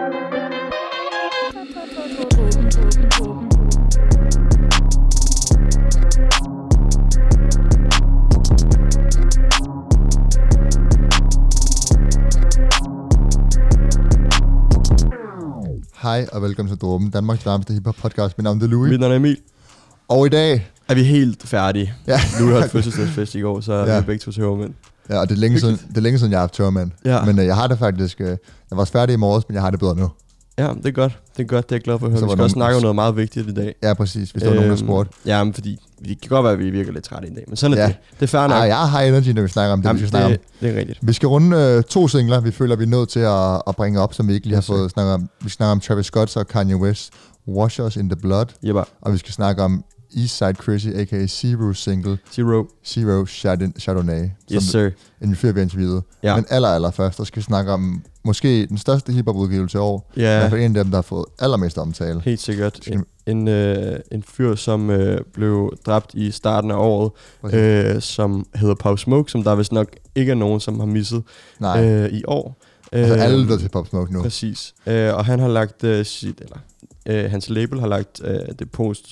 Hej og velkommen til Dråben, Danmarks varmeste hiphop podcast. Mit navn er Louis. Mit navn er Emil. Og i dag er vi helt færdige. Ja. Louis har fødselsdagsfest i går, så er vi begge to tørmænd. Ja, og det er længe siden, jeg har haft tørmænd. Ja. Men jeg har det faktisk... jeg var færdig i morges, men jeg har det bedre nu. Ja, det er godt. Det er jeg glad for at høre. Vi skal også snakke om noget meget vigtigt i dag. Ja, præcis. Hvis der var nogen, der spurgte. Ja, men fordi det kan godt være, at vi virker lidt trætte i dag. Men sådan er det. Det er fair nok. Jeg har energy, når vi snakker om det, vi skal snakke om. Det er rigtigt. Vi skal runde 2 singler, vi føler, vi er nødt til at bringe op, som vi ikke lige har fået snakket om. Vi snakker om Travis Scott og Kanye West, Wash Us in the Blood. Jebba. Og vi skal snakke om Eastside Chrissy, a.k.a. Zero single. Zero Chardonnay. Yes, sir. En fyr, vi har interviewet. Ja. Men aller først, der skal vi snakke om måske den største hiphop-udgivelse i år. Ja. I hvert fald en af dem, der har fået allermest omtale. Helt sikkert. En fyr, som blev dræbt i starten af året, som hedder Pop Smoke, som der vist nok ikke er nogen, som har misset i år. Altså alle lytter til Pop Smoke nu. Præcis. Og han har lagt hans label har lagt det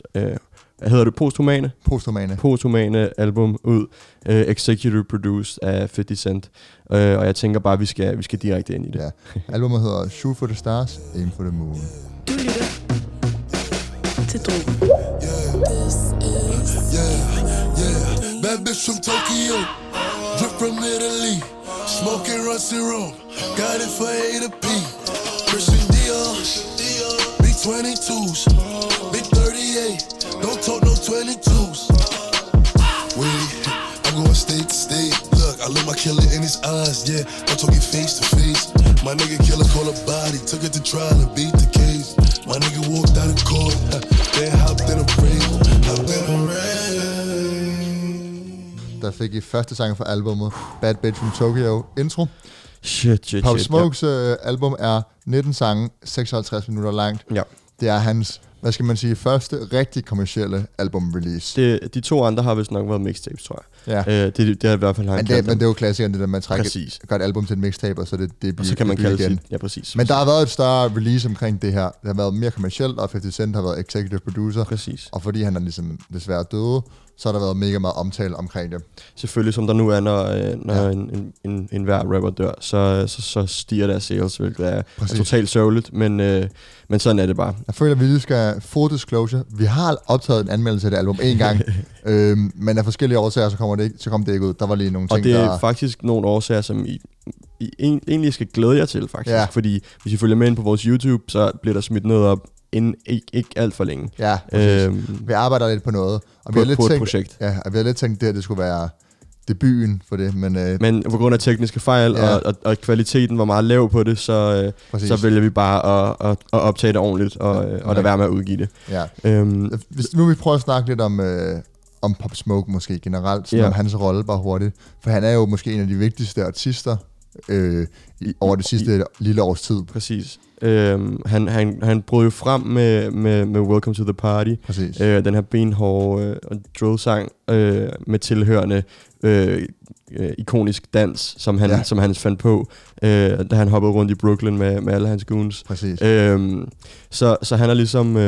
posthumane album ud, executive produced af 50 Cent. Og jeg tænker bare, vi skal direkte ind i det. Ja. Albumet hedder Shoot for the Stars, Aim for the Moon. Du lytter til Dråben. Bad bitch from Tokyo, drip from Italy, smoking Rusty Room, got it for A to P. Christian Dior, big 22s, big 38, don't talk no 22s. Wait, I'm going state to state. Look, I look my killer in his eyes, yeah, I'm talking face to face. My nigga killer call a body, took it to trial and beat the case. My nigga walked out of court, then hopped in a rain, hopped in a rain. Der fik I første sang fra albumet, Bad Bitch from Tokyo, intro. Shit. Pop Smokes album er 19 sange, 56 minutter langt. Ja. Det er hans, hvad skal man sige, første rigtig kommercielle album-release. De 2 andre har vist nok været mixtapes, tror jeg. Ja. Det er i hvert fald men det er jo klassikeren, det der med at gør et album til et mixtape, og så det bliver, og så kan man kalde igen. Ja, præcis. Men der har været et større release omkring det her. Det har været mere kommercielt, og 50 Cent har været executive producer. Præcis. Og fordi han er ligesom desværre døde, så har der været mega meget omtale omkring det. Selvfølgelig, som der nu er, når en hver rapper dør, så stiger deres sales, hvilket er totalt sørgeligt, men sådan er det bare. Jeg føler, at vi lige skal full disclosure. Vi har optaget en anmeldelse af det album en gang, men af forskellige årsager, så kom det ikke ud. Der var lige nogle ting, og det er faktisk nogle årsager, som I egentlig skal glæde jer til, faktisk. Ja. Fordi hvis I følger med ind på vores YouTube, så bliver der smidt noget op inden ikke alt for længe. Ja, vi arbejder lidt på noget. Og på et projekt. Ja, og vi har lidt tænkt, at det skulle være debuten for det. Men på grund af tekniske fejl, og kvaliteten var meget lav på det, så vælger vi bare at optage det ordentligt, og lade være med at udgive det. Ja. Hvis nu vi prøver at snakke lidt om Pop Smoke måske generelt, om hans rolle bare hurtigt. For han er jo måske en af de vigtigste artister over det sidste lille års tid. Præcis. Han brød jo frem med Welcome to the Party. Den her benhårde drill-sang med tilhørende ikonisk dans, som han fandt på, da han hoppede rundt i Brooklyn med alle hans goons. Præcis. Så han er ligesom...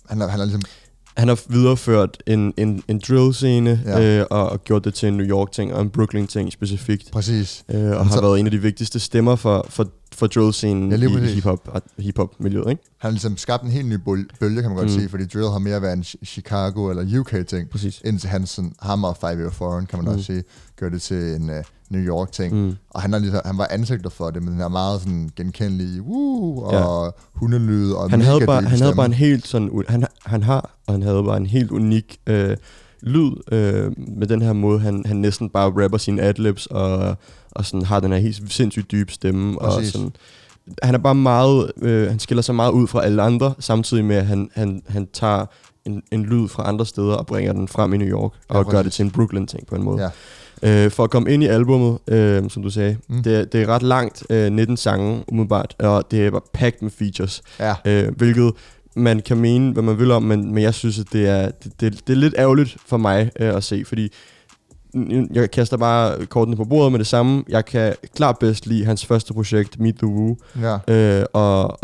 Han har videreført en drill-scene, og gjort det til en New York-ting og en Brooklyn-ting specifikt. Præcis. Og har været en af de vigtigste stemmer for drill-scenen i hip-hop-miljøet, ikke? Han har ligesom skabt en helt ny bølge, kan man godt sige, fordi drill har mere været en Chicago- eller UK-ting. Præcis. Indtil han og 5 Year Foreign, kan man også sige, gør det til en New York-ting. Og han var ansigtet for det, men han er meget sådan genkendelig, og hundelyd og han havde bare en helt sådan, han havde bare en helt unik lyd med den her måde, han næsten bare rapper sine adlibs og sådan har den her helt sindssygt dybe stemme. Og sådan, han er bare meget, han skiller sig meget ud fra alle andre, samtidig med at han tager en lyd fra andre steder og bringer den frem i New York og gør det til en Brooklyn-ting på en måde. For at komme ind i albummet, som du sagde, det er ret langt, 19 sange umiddelbart, og det er bare packed med features, hvilket man kan mene, hvad man vil om, men jeg synes, at det er lidt ærgerligt for mig at se, fordi jeg kaster bare kortene på bordet med det samme. Jeg kan klart bedst lide hans første projekt, Meet the Woo, og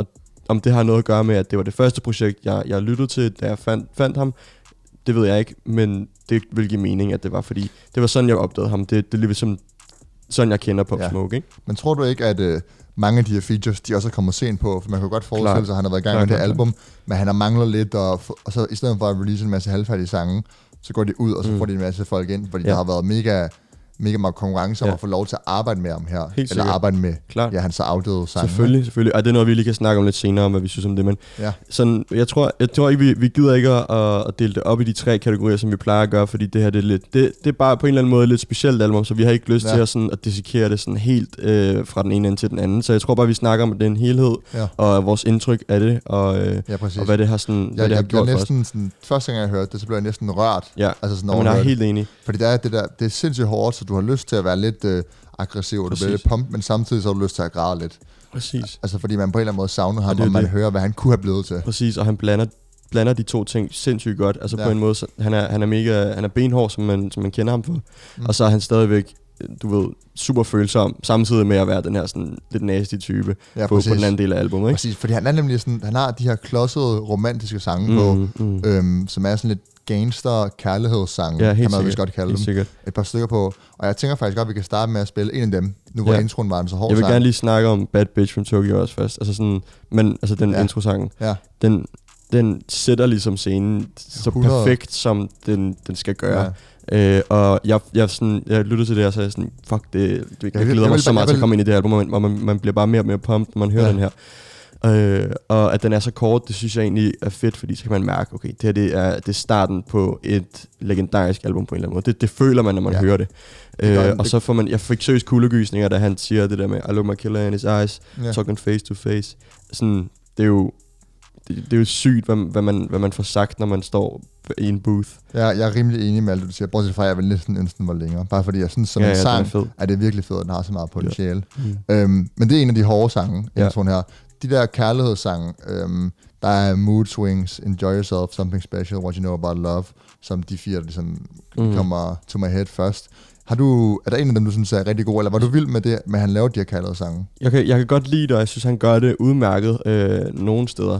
om det har noget at gøre med, at det var det første projekt, jeg lyttede til, da jeg fandt ham, det ved jeg ikke, men det vil give mening, at det var, fordi det var sådan, jeg opdagede ham. Det er ligesom sådan, jeg kender Pop Smoke, ikke? Men tror du ikke, at mange af de her features, de også er kommet sent på? For man kan godt forestille sig, at han har været i gang med det album, men han har manglet lidt, og så i stedet for at release en masse halvfærdige sange, så går de ud, og så får de en masse folk ind, fordi der har været mega meget konkurrence om at få lov til at arbejde med ham her. Helt eller sikkert. arbejde med han så afdøde sange. Selvfølgelig. Og det er noget, vi lige kan snakke om lidt senere, om hvad vi synes om det. Men sådan, jeg tror ikke, vi gider ikke at dele det op i de 3 kategorier, som vi plejer at gøre, fordi det her det er bare på en eller anden måde et lidt specielt album, så vi har ikke lyst til at dissekere det sådan helt fra den ene ende til den anden. Så jeg tror bare, vi snakker om den helhed, og vores indtryk af det, og hvad det har, sådan, hvad det har gjort for os. Sådan, første gang jeg hørte det, så blev jeg næsten rørt. Ja, altså sådan, jeg er helt enig. Fordi det er sindssygt hårdt, så du har lyst til at være lidt aggressiv, og du bliver lidt pumped, men samtidig så har du lyst til at græde lidt. Præcis. Altså fordi man på en eller anden måde savner ham, og man hører, hvad han kunne have blevet til. Præcis, og han blander de to ting sindssygt godt. Altså på en måde, han er benhård, som man kender ham for. Og så er han stadigvæk, du ved, super følsom, samtidig med at være den her sådan lidt nasty type på den anden del af albumet, ikke? Præcis, fordi han er nemlig sådan, han har de her klodsede romantiske sange på, som er sådan lidt gangster kærlighedssange, kan man vist godt kalde dem. Sikkert. Et par stykker på, og jeg tænker faktisk godt, at vi kan starte med at spille en af dem, nu hvor introen var den så hård. Jeg vil gerne lige snakke om Bad Bitch from Tokyo også først, altså sådan, men altså den introsangen, den sætter ligesom scenen så 100. Perfekt, som den skal gøre. Og jeg lyttede til det, og så er sådan, fuck det, jeg glæder mig så meget til at komme ind i det her album, hvor man bliver bare mere og mere pumped, når man hører den her. Og at den er så kort, det synes jeg egentlig er fedt, fordi så kan man mærke, okay, det her det er starten på et legendarisk album på en eller anden måde. Det føler man, når man hører det. Og så får man, jeg fik seriøst kuldegysninger, da han siger det der med, I look my killer in his eyes, talking face to face. Sådan, det er jo sygt, hvad man får sagt, når man står i en booth. Ja, jeg er rimelig enig med alt, du siger. Bortset fra, at jeg vil næsten ønske, den var længere. Bare fordi jeg synes, som en sang, er det virkelig fedt, den har så meget potentiale. Men det er en af de hårde sange, her. De der kærlighedssange, der er Mood Swings, Enjoy Yourself, Something Special, What You Know About Love, som de 4, der ligesom kommer to my head først. Er der en af dem, du synes er rigtig god, eller var du vild med det, med at han laver de her kærlighedssange? Jeg kan godt lide det, og jeg synes, han gør det udmærket nogle steder.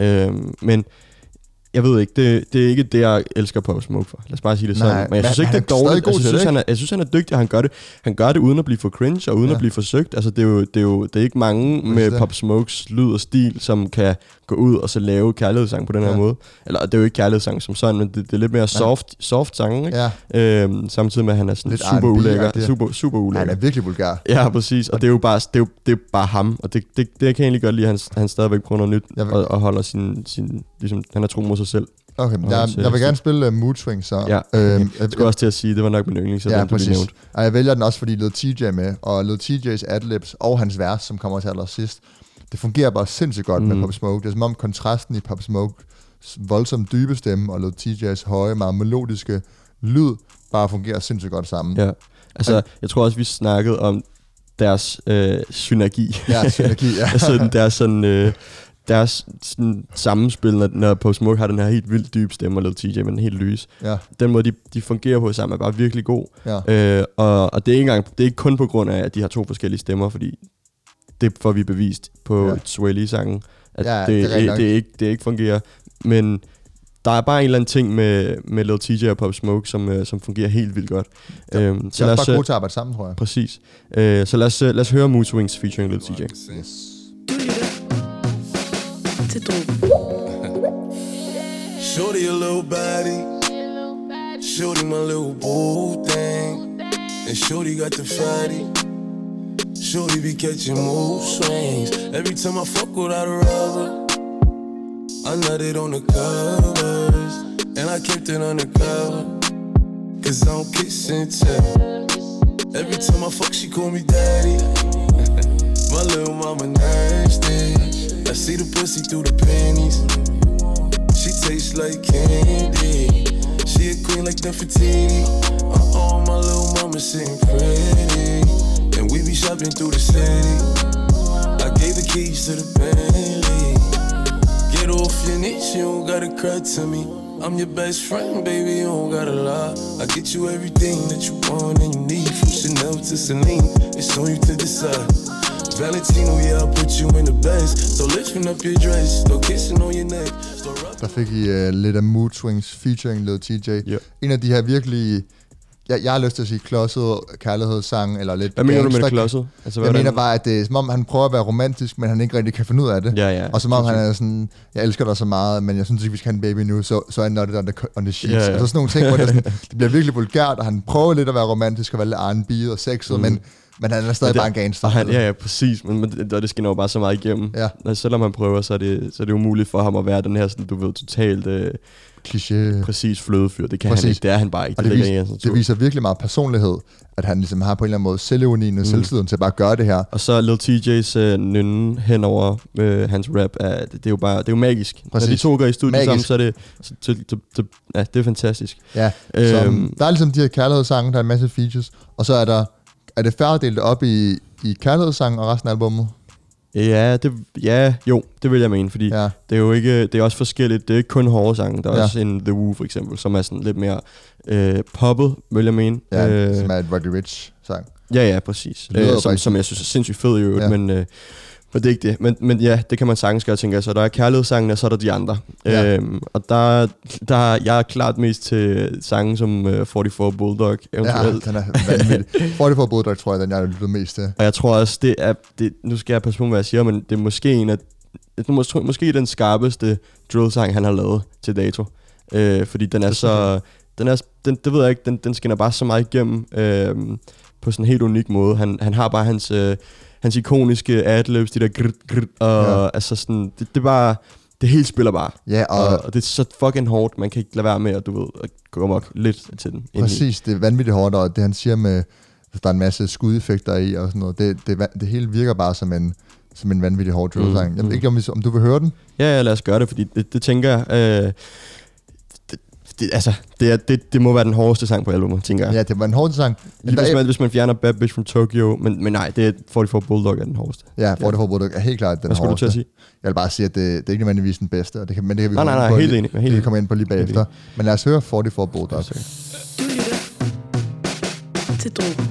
Men jeg ved ikke, det er ikke det, jeg elsker Pop Smoke for. Lad os bare sige det sådan. Men jeg synes ikke, det er dårligt. Jeg synes, han er dygtig, og han gør det uden at blive for cringe, og uden at blive for søgt. Altså, det er ikke mange med Pop Smokes lyd og stil, som kan gå ud og så lave kærlighedssang på den her måde. Eller det er jo ikke kærlighedssang som sådan, men det er lidt mere soft sang, ikke? Samtidig med, at han er sådan lidt super ulækker. Super ulækker. Han er virkelig vulgær. Ja, præcis. Og det er jo bare ham. Og det kan jeg egentlig godt lide, at han stadigvæk prøver noget nyt, og holder sin ligesom, han er tro mod sig selv. Okay, jeg vil gerne spille Mood Swings så. Ja, okay. Jeg skulle også til at sige, det var nok min yndling, så den blev nævnt. Og jeg vælger den også, fordi Lil TJ er med, og Lil TJ's adlibs og hans vers, som kommer til allersidst, det fungerer bare sindssygt godt med Pop Smoke. Det er som om kontrasten i Pop Smokes voldsomt dybe stemme, og Lil TJ's høje, meget melodiske lyd, bare fungerer sindssygt godt sammen. Ja, altså jeg tror også, vi snakkede om deres synergi. Ja, synergi, ja. Altså deres sådan... deres sådan, sammenspil, når Pop Smoke har den her helt vildt dybe stemme, og Lil TJ med den helt lys. Ja. Den måde, de fungerer på sammen, er bare virkelig god. Ja. Og det er ikke kun på grund af, at de har 2 forskellige stemmer, fordi det får vi bevist på Sway-Lee-sangen, at det ikke fungerer. Men der er bare en eller anden ting med Lil TJ og Pop Smoke, som fungerer helt vildt godt. Så lad os bare gode til at arbejde sammen, tror jeg. Præcis. Så lad os høre Mood Swings featuring Lil TJ. Yes. Til Drogen. Shorty a little body, shorty my little boo thing, and shorty got the fatty. Shorty be catching mood swings. Every time I fuck without a rubber, I nutted on the covers, and I kept it undercover, cause I don't kiss and tell. Every time I fuck she call me daddy. My little mama nasty. I see the pussy through the panties. She tastes like candy. She a queen like Nefertiti. My little mama sitting pretty, and we be shopping through the city. I gave the keys to the Bentley. Get off your niche, you don't gotta cry to me. I'm your best friend, baby, you don't gotta lie. I get you everything that you want and you need, from Chanel to Celine. It's on you to decide. It's Valentino, yeah, I'll put you in the best. So lifting up your dress, no kissing on your neck. Der fik I lidt af Mood Swings featuring Lil TJ. Yep. En af de her virkelig... Jeg har lyst til at sige klodset kærlighedssang, eller lidt... Hvad mener du med det klodset? Altså, jeg mener bare, at det er som om, han prøver at være romantisk, men han ikke rigtig kan finde ud af det. Ja. Og som om han er sådan, jeg elsker dig så meget, men jeg synes ikke, vi skal have en baby nu, så er not on the sheets. Ja. Altså sådan nogle ting, hvor det, sådan, det bliver virkelig vulgært, og han prøver lidt at være romantisk og være lidt R&B og sexet, men han er stadig bare en gangster. Ja, præcis, men det skinner jo bare så meget igennem. Ja. Selvom han prøver, så er det umuligt for ham at være den her, sådan, du ved, totalt... kliché. Præcis flødefyr. Det kan han ikke. Det er han bare ikke. Det viser virkelig meget personlighed, at han ligesom har på en eller anden måde selvironi og selvtiden til at bare gøre det her. Og så Lil TJ's nynne hen over hans rap, det er jo magisk. Præcis. Når de to går i studiet sammen, så er det er fantastisk. Ja, der er ligesom de her kærlighedssange, der er en masse features, og så er det færdigt delt op i kærlighedssange og resten af albummet? Det vil jeg mene, fordi det er jo ikke, det er også forskelligt. Det er ikke kun hårde sange. Der er også en The Woo for eksempel, som er sådan lidt mere poppet, vil jeg mene. Ja, som er et Roddy Ricch sang. Ja, præcis. Som jeg synes er sindssygt fed i øvrigt, men det er ikke det. Men ja, det kan man sagtens gøre, tænker jeg. Så der er kærlighedssangene, og så er der de andre. Ja. Og jeg er klart mest til sange som 44 Bulldog. Eventuelt. Ja, den er vanvittig. 44 Bulldog tror jeg, den jeg har lyttet mest til. Og jeg tror også, nu skal jeg passe på, hvad jeg siger, men det er måske den skarpeste drill-sang, han har lavet til dato. Fordi den er så... Det ved jeg ikke, den skinner bare så meget igennem på sådan en helt unik måde. Han har bare hans ikoniske adlibs, de der grit, og altså sådan, det er bare, det hele spiller bare. Ja, og det er så fucking hårdt, man kan ikke lade være med, at du ved, at gå nok lidt til den. Præcis, det er vanvittigt hårdt, og det han siger med, at der er en masse skudeffekter i og sådan noget, det hele virker bare som en vanvittig hård drill-sang. Jeg ved ikke, om du vil høre den? Ja, lad os gøre det, fordi det tænker jeg... Det må være den hårdeste sang på albumet, tænker jeg. Ja, det var en hård sang. Hvis man fjerner Bad Bitch from Tokyo, men nej, det er 44 Bulldog er den hårdeste. Ja, 44 Bulldog er helt klart den hårdeste. Hvad skulle du til at sige? Jeg vil bare sige, at det er ikke nødvendigvis den bedste, og det kan vi nej, helt enig. Det kan komme ind på lige bagefter. Men lad os høre 44 Bulldog. Du lytter til Drogen.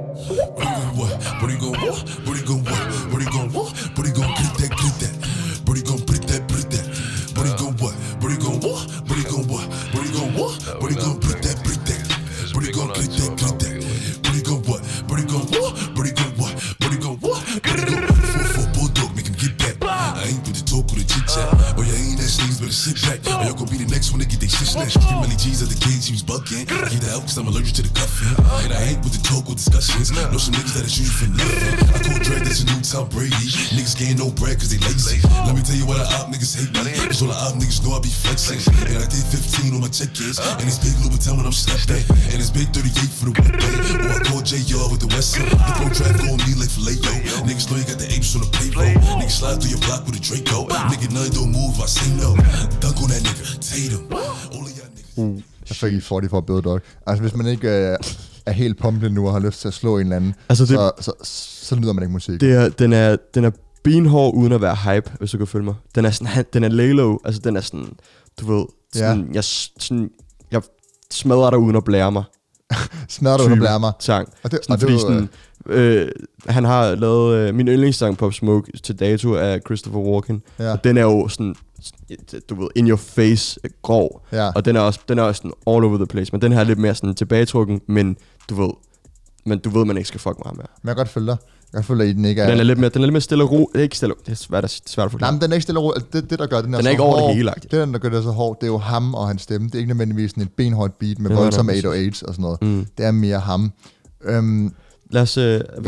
Sit back, or y'all gon' be the next one to get they shit snatched. Family G's at the cage, he was bucking. I get the out cause I'm allergic to the cuffing. And I hate with the talk with discussions. Know some niggas that shoot you for nothing. I call Dre, that's a new Tom Brady. Niggas gain no bread cause they lazy. Let me tell you why the op niggas hate me. Cause all the op niggas know I be flexing. And I did 15 on my check-ins. And it's big Louboutin when I'm stepping. And it's big 38 for the weapon. Or I call J.R. with the West End. The pro draft on me like Filet-O. Niggas know you got the apes on the payroll. Niggas slide through your block with a Draco. Nigga, nothing don't move, I say no. Dunk on that nigga, Tatum. Jeg fik i 44 Bulldog. Altså hvis man ikke er helt pumpet nu og har lyst til at slå en eller anden, altså så lyder man ikke musik. Den er benhård uden at være hype, hvis du kan følge mig. Den er lay-low, altså den er sådan, du ved, sådan, jeg smadrer dig uden at blære mig. Smadrer dig uden at blære mig? Sang. Han har lavet min yndlingssang Pop Smoke til dato af Christopher Walken, og den er jo sådan, du ved, in your face grov, og den er også sådan all over the place, men den her er lidt mere sådan tilbagetrukken, men du ved man ikke skal fuck meget med. Men jeg kan godt følge dig. Jeg føler, at den ikke er... Den er lidt mere stille og ro. Det er ikke stille. Det er svært at forklare. Nej, men den er ikke stille og ro. Det der gør den er så ikke over det hele. Det der gør det så hård, det er jo ham og hans stemme. Det er ikke nødvendigvis sådan et benhårdt beat med voldsomme 808's og sådan noget. Det er mere ham. Lad os...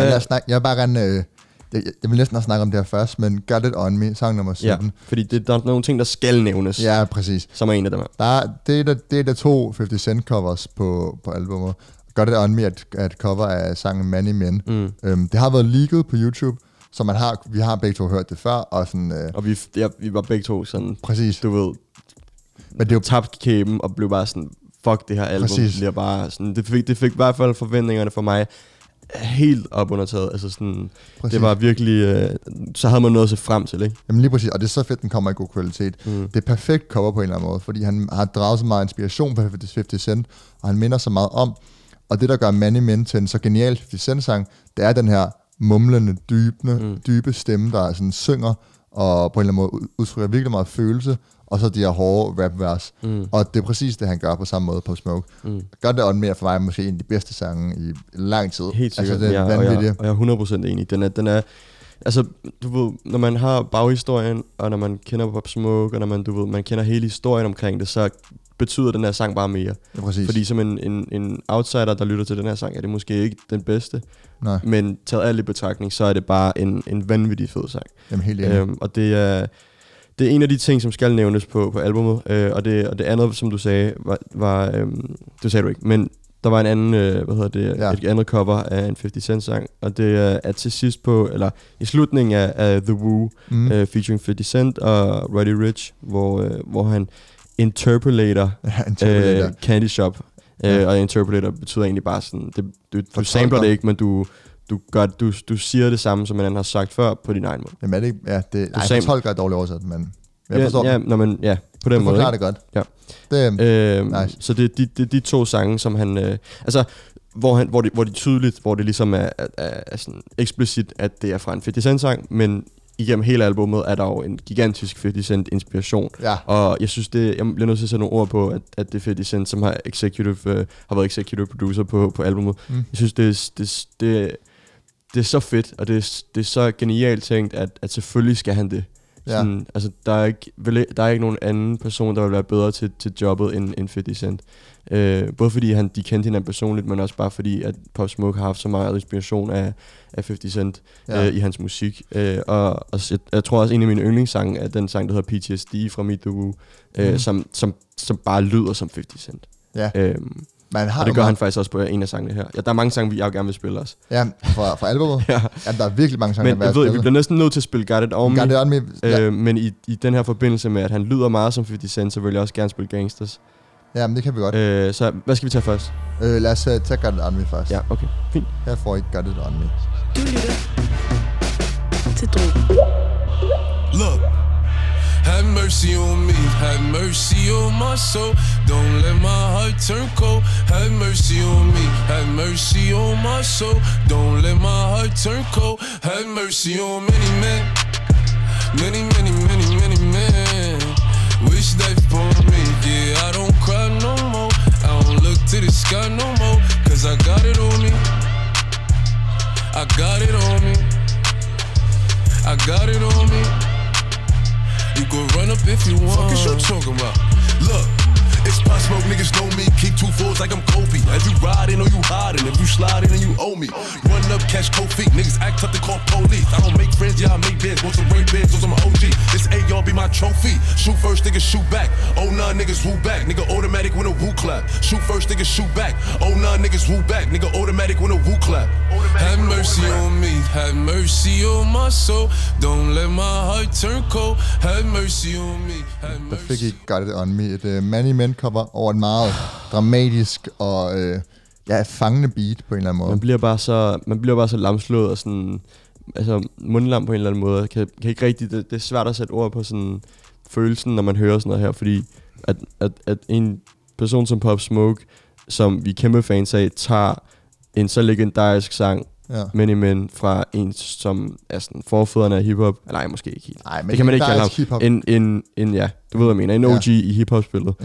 Jeg vil næsten snakke om det her først, men Got It On Me, sang nummer 17. Ja, fordi der er nogle ting, der skal nævnes. Ja, præcis. Som er en af dem. Det er der 2 50 Cent covers på albumet. Got It On Me er et cover af sangen Many Men. Det har været leaget på YouTube, så vi har begge to hørt det før. Og, sådan, og vi var begge to sådan, præcis. Du ved, men det tabt kæben og blev bare sådan, fuck det her album. Bliver bare sådan, det fik i hvert fald forventningerne for mig helt op undertaget. Altså sådan, det var virkelig, så havde man noget at se frem til, ikke? Jamen lige præcis, og det er så fedt, den kommer i god kvalitet. Det er perfekt cover på en eller anden måde, fordi han har draget så meget inspiration på 50 Cent, og han minder så meget om, og det der gør Many Men til en så genial 50 Cent sang, det er den her mumlende, dybe stemme, der sådan synger, og på en eller anden måde udtrykker virkelig meget følelse, og så de her hårde rap-vers. Og det er præcis det, han gør på samme måde på Smoke. Gør det on mere for mig måske en af de bedste sange i lang tid. Helt sikkert, altså, det er vanvittigt. Og jeg er 100% enig. Den er altså, du ved, når man har baghistorien, og når man kender Pop Smoke, og når man kender hele historien omkring det, så betyder den her sang bare mere. Ja, præcis. Fordi som en outsider, der lytter til den her sang, er det måske ikke den bedste. Nej. Men taget alt i betragtning, så er det bare en vanvittig fed sang. Jamen helt enig. Og det er en af de ting, som skal nævnes på albumet. Og det andet, som du sagde, var det sagde du ikke, men der var en anden, et andet cover af en 50 Cent sang, og det er til sidst på, eller i slutningen af The Woo, featuring 50 Cent og Roddy Ricch, hvor han interpolator Candy Shop. Og interpolator betyder egentlig bare sådan, du sampler det ikke, men du siger det samme, som man anden har sagt før, på din egen måde. Jamen er det ikke, ja, fortolker er dårligt oversat, men jeg forstår på den måde. Du forklarer det godt. Ja. Det er nice. Så det er de to sange, som han, altså, hvor de tydeligt, hvor det ligesom er sådan eksplicit, at det er fra en 50 Cent sang, men igennem hele albumet er der jo en gigantisk 50 Cent inspiration. Ja. Og jeg synes jeg bliver nødt til at sætte nogle ord på, at det er 50 Cent, som har været executive producer på albumet. Jeg synes det er så fedt, og det er så genialt tænkt, at selvfølgelig skal han det. Sådan, altså, der er ikke nogen anden person, der vil være bedre til jobbet end 50 Cent. Både fordi de kendte hinanden personligt, men også bare fordi, at Pop Smoke har haft så meget inspiration af 50 Cent i hans musik. Og jeg tror også, en af mine yndlingssange er den sang, der hedder PTSD fra Meet the Woo, som bare lyder som 50 Cent. Ja. Og det gør han faktisk også på en af sangene her. Ja, der er mange sange, jeg gerne vil spille også. Ja, fra albumet? Ja. Jamen, der er virkelig mange sange, men jeg ved, vi bliver næsten nødt til at spille Got It On Me. Got It On Me. Ja. Men i den her forbindelse med, at han lyder meget som 50 Cent, så vil jeg også gerne spille Gangsters. Ja, men det kan vi godt. Så hvad skal vi tage først? Lad os tage Got It On Me først. Ja, okay. Fint. Her får I Got It On Me. Du lytter til Drogen. Look. Have mercy on me, have mercy on my soul. Don't let my heart turn cold. Have mercy on me, have mercy on my soul. Don't let my heart turn cold. Have mercy on many men, many, many, many, many men. Wish they for me, yeah, I don't cry no more. I don't look to the sky no more, cause I got it on me. I got it on me. I got it on me. You can run up if you want. Fuck is you talking about? Look, it's Pop Smoke, niggas know me. Keep 2 4s like I'm Kobe. If you riding or you hiding, if you sliding and you owe me. Run up, catch cold feet. Niggas act up to call police. I don't make friends, yeah, I make bids. Want some rape bids, or some OG. This AR be my trophy. Shoot first, niggas shoot back. Oh nah, niggas woo back. Nigga automatic when a woo clap. Shoot first, niggas shoot back. Oh nah, niggas woo back. Nigga automatic when a woo clap. Have mercy on me, have mercy on my soul. Don't let my heart turn cold. Have mercy on me, have mercy. Der fik I Got It On Me, et Many Men cover over et meget dramatisk og fangende beat på en eller anden måde. Man bliver bare så lamslået og sådan, altså mundlam på en eller anden måde. Kan ikke rigtig, det er svært at sætte ord på sådan følelsen, når man hører sådan noget her, fordi at en person som Pop Smoke, som vi er kæmpe fans af, tager en så legendarisk sang, Many Men, fra en som er sådan forfædrene af hiphop. Nej, måske ikke helt. Nej, men det kan man ikke kalde ham. Ja, du ved hvad jeg mener. En OG i hiphop-spillet.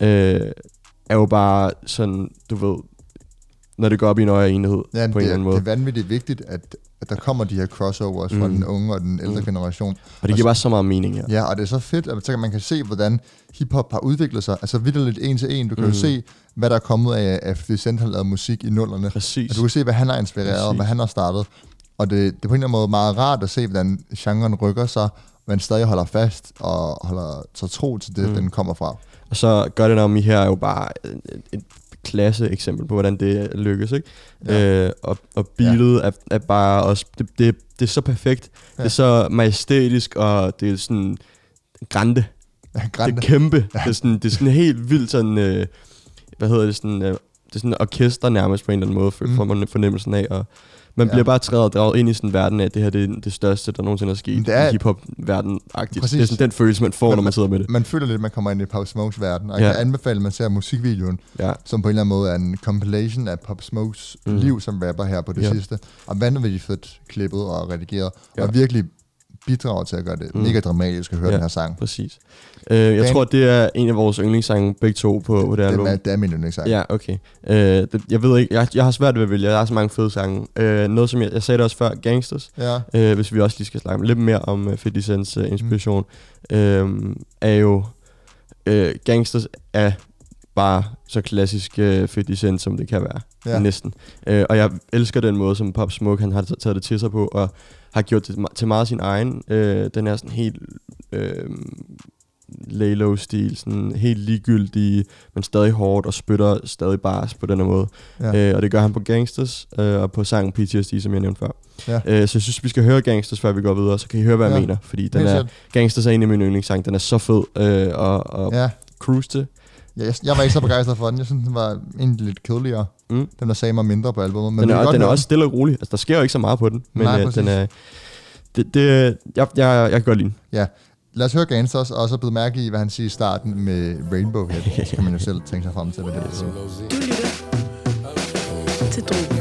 Er jo bare sådan, du ved, når det går op i en højere enhed på en eller anden måde. Det er vanvittigt vigtigt, at der kommer de her crossovers fra den unge og den ældre generation. Og det giver bare så meget mening her. Ja, og det er så fedt, at man kan se, hvordan hiphop har udviklet sig. Altså vitterligt en til en. Du kan jo se, hvad der er kommet af 50 Cent har lavet musik i nullerne. Præcis. Og du kan se, hvad han har inspireret, og hvad han har startet. Og det er på en eller anden måde meget rart at se, hvordan genren rykker sig, men stadig holder fast og holder sig tro til det, den kommer fra. Og så Got It On Me her er jo bare et klasse eksempel på, hvordan det lykkes, ikke? Ja. Og beatet er bare også, det er så perfekt, det er så majestætisk, og det er sådan grande. Ja, grande. Det er kæmpe. Ja. Det er sådan helt vildt sådan, det er sådan orkester nærmest på en eller anden måde, får man fornemmelsen af, Man bliver bare draget ind i sådan en verden af, at det her det er det største, der nogensinde er sket i hiphop-verden-agtigt. Det er sådan den følelse, man får, når man sidder med det. Man føler lidt, at man kommer ind i Pop Smokes verden, og jeg kan anbefale, at man ser musikvideoen, som på en eller anden måde er en compilation af Pop Smokes liv som rapper her på det sidste. Og vanvittigt fedt klippet og redigeret, og virkelig bidrager til at gøre det mega dramatisk at høre den her sang. Præcis. Jeg tror, det er en af vores yndlingssange, begge to på det album. Det er min yndlingssang. Ja, okay. Jeg ved ikke, jeg har svært ved at vælge. Jeg har så mange fede sange. Noget som jeg sagde det også før, Gangsters. Ja. Hvis vi også lige skal snakke lidt mere om 50 Cent's inspiration, er jo Gangsters er bare så klassisk 50 Cent, som det kan være. Næsten. Og jeg elsker den måde, som Pop Smoke han har taget det til sig på, og har gjort det til meget sin egen. Den er sådan helt lay low stil, sådan helt ligegyldig, men stadig hårdt og spytter stadig bars på den her måde. Og det gør han på Gangsters og på sangen PTSD, som jeg nævnte før. Så jeg synes, vi skal høre Gangsters, før vi går videre, så kan I høre, hvad jeg mener. Fordi Gangsters er en af mine yndlingssang. Den er så fed og cruise til. Jeg var ikke så begejstret for den. Jeg synes, den var egentlig lidt kedeligere. Den der sagde mig mindre på albumet. Men den er også stille og rolig. Altså, der sker jo ikke så meget på den. Men den er... Jeg kan godt lide den. Ja. Lad os høre Gangsters, og så bide mærke i, hvad han siger i starten med Rainbow Head. Så kan man jo selv tænke sig frem til, hvad det vil sige. Du lytter til Drogen.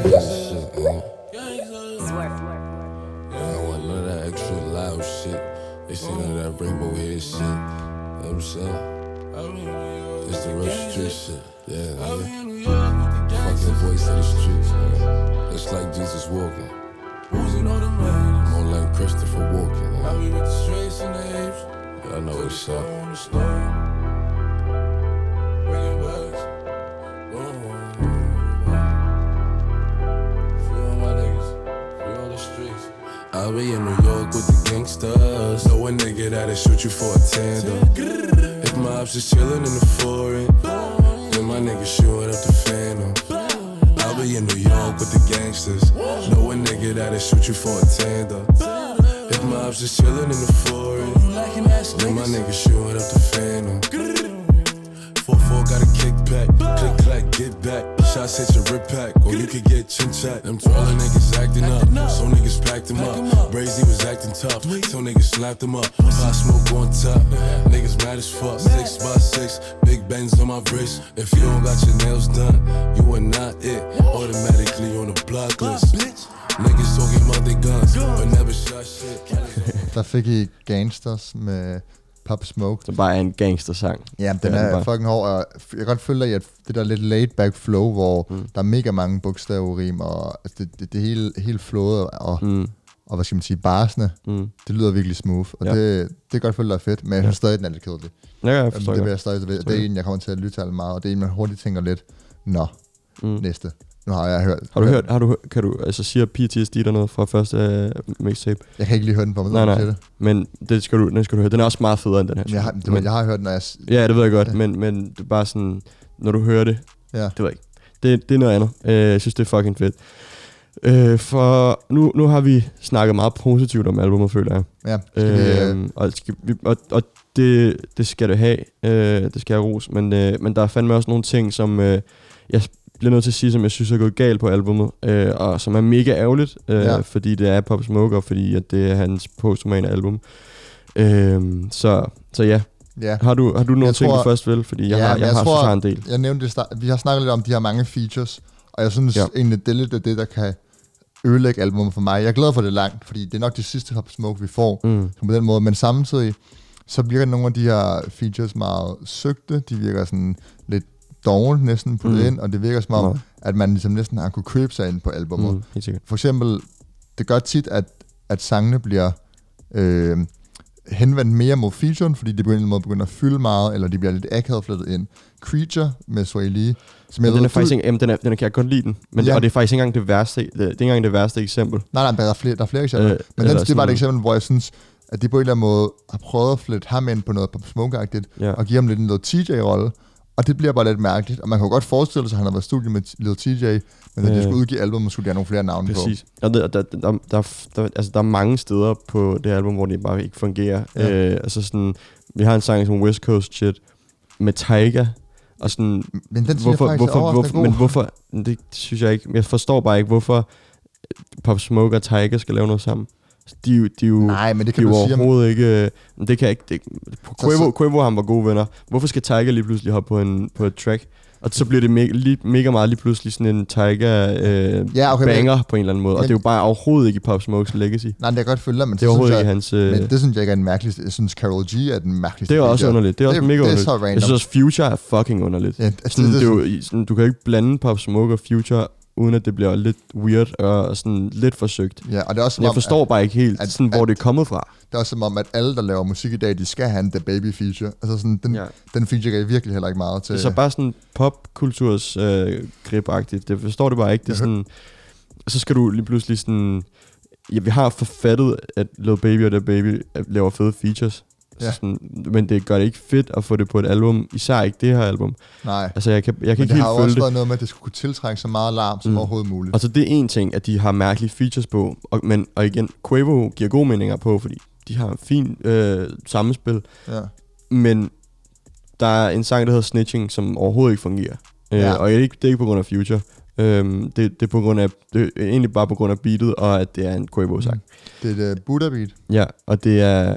It's the real street shit, yeah, nigga. Fucking voice of the streets, nigga. It's like Jesus walking. More like Christopher walking, nigga. I be with the streets and the apes. I know what's up. I'll be in New York with the gangsters. Know a nigga that'll shoot you for a tandem. If my ops is chillin' in the foreign, then my nigga shootin' up the Phantom. I'll be in New York with the gangsters. Know a nigga that'll shoot you for a tandem. If my ops is chillin' in the foreign, then my nigga shootin' up the Phantom. 4-4 got a kickback, click clack, get back. Shots hit your rip pack, or you could get chin chat. Them twirling niggas acting up, so niggas packed them up. Brazy was acting tough, so niggas slapped them up. Pop Smoke on top, niggas mad as fuck. 6x6, big Benz on my wrist. If you don't got your nails done, you are not it. Automatically on the block list. Niggas talking about their guns, but never shot shit. Der fik I Gangsters med Pop Smoke. Så bare en gangster-sang. Ja, den er fucking hård, og jeg kan godt følge dig i, at det der lidt laid-back flow, hvor der er mega mange bogstavrim, og altså det hele flowet, og hvad skal man sige, barsene, det lyder virkelig smooth, og det kan godt følge dig fedt, men jeg synes stadig, den er lidt kedelig. Ja, jeg forstår det vil jeg stadig ved. Det er en, jeg kommer til at lytte til meget, og det er en, man hurtigt tænker lidt, næste. Nu har jeg hørt. Kan du altså siger PTSD der noget fra første mixtape? Jeg kan ikke lige høre den på mig. Nej. Men den skal du høre. Den er også meget federe end den her. Jeg har hørt den, når jeg... Ja, det ved jeg godt, men det er bare sådan, når du hører det, det ved jeg ikke. Det er noget andet. Jeg synes, det er fucking fedt. For nu har vi snakket meget positivt om albumet, føler jeg. Ja. Og det skal det have. Det skal jeg ros. Men der er fandme også nogle ting, som jeg bliver nødt til at sige, som jeg synes er gået galt på albumet, og som er mega ærgerligt, fordi det er Pop Smoke, og fordi at det er hans posthumane album. Så ja. Har du nogle ting, du først vil? Fordi jeg har en del. Jeg nævnte det vi har snakket lidt om de her mange features, og jeg synes egentlig, det er lidt af det, der kan ødelægge albumet for mig. Jeg er glad for det langt, fordi det er nok det sidste Pop Smoke, vi får på den måde, men samtidig så virker nogle af de her features meget søgte, de virker sådan lidt dårligt næsten puttet ind, og det virker som om, at man ligesom næsten har kunne købe sig ind på albumet. For eksempel, det gør tit, at sangene bliver henvendt mere mod featuren, fordi de begynder at fylde meget, eller de bliver lidt akavet flettet ind. Creature med Sway Lee, som jeg den er faktisk ikke, den kan jeg godt lide den, men og det er faktisk ikke engang det værste. Det er ikke engang det værste eksempel. Nej, der er flere eksempler. Men det er bare et eksempel, hvor jeg synes, at de på en eller anden måde har prøvet at flette ham ind på noget Pop Smoke-agtigt, og give ham lidt en noget TJ-rolle. Og det bliver bare lidt mærkeligt. Og man kan jo godt forestille sig, at han har været i studie med Lil TJ, men når de skulle udgive album, skulle de have nogle flere navne på. Præcis. Og der er mange steder på det album, hvor det bare ikke fungerer. Altså sådan, vi har en sang som West Coast Shit med Tyga, og sådan... Men den hvorfor, men hvorfor... Det synes jeg ikke. Jeg forstår bare ikke, hvorfor Pop Smoke og Tyga skal lave noget sammen. De er jo, Nej, men det kan de du er sige om... overhovedet ikke... Det kan jeg ikke... Quavo og ham var gode venner. Hvorfor skal Tyga lige pludselig hoppe på et track? Og så bliver det mega meget lige pludselig sådan en Tyga på en eller anden måde. Og det er jo bare overhovedet ikke i Pop Smokes legacy. Nej, det er godt følge dig, men det er overhovedet ikke hans... Men det synes jeg ikke er en mærkelig... Jeg synes, Karol G er den mærkeligste. Det er også underligt. Det er også mega underligt. Så random. Jeg synes også, Future er fucking underligt. Ja, du kan jo ikke blande Pop Smoke og Future, uden at det bliver lidt weird og sådan lidt forsøgt. Ja, og det er også jeg forstår bare ikke helt, hvor det er kommet fra. Det er også som om, at alle, der laver musik i dag, de skal have en The Baby feature. Altså sådan, den feature er virkelig heller ikke meget til... Det er så bare sådan popkulturs gribagtigt. Det forstår det bare ikke. Det er sådan... Så skal du lige pludselig sådan... Ja, vi har forfattet, at Lil Baby og The Baby laver fede features. Ja. Sådan, men det gør det ikke fedt at få det på et album, især ikke det her album. Nej. Altså jeg kan ikke helt følge det. Men det har jo også været noget med, at det skulle kunne tiltrække så meget larm som overhovedet muligt. Altså det er en ting, at de har mærkelige features på, og igen, Quavo giver gode meninger på, fordi de har en fin sammenspil. Ja. Men der er en sang, der hedder Snitching, som overhovedet ikke fungerer. Og det er ikke på grund af Future. Det er på grund af egentlig bare på grund af beatet, og at det er en Quavo-sang. Det er et Buddha beat. Ja, og det er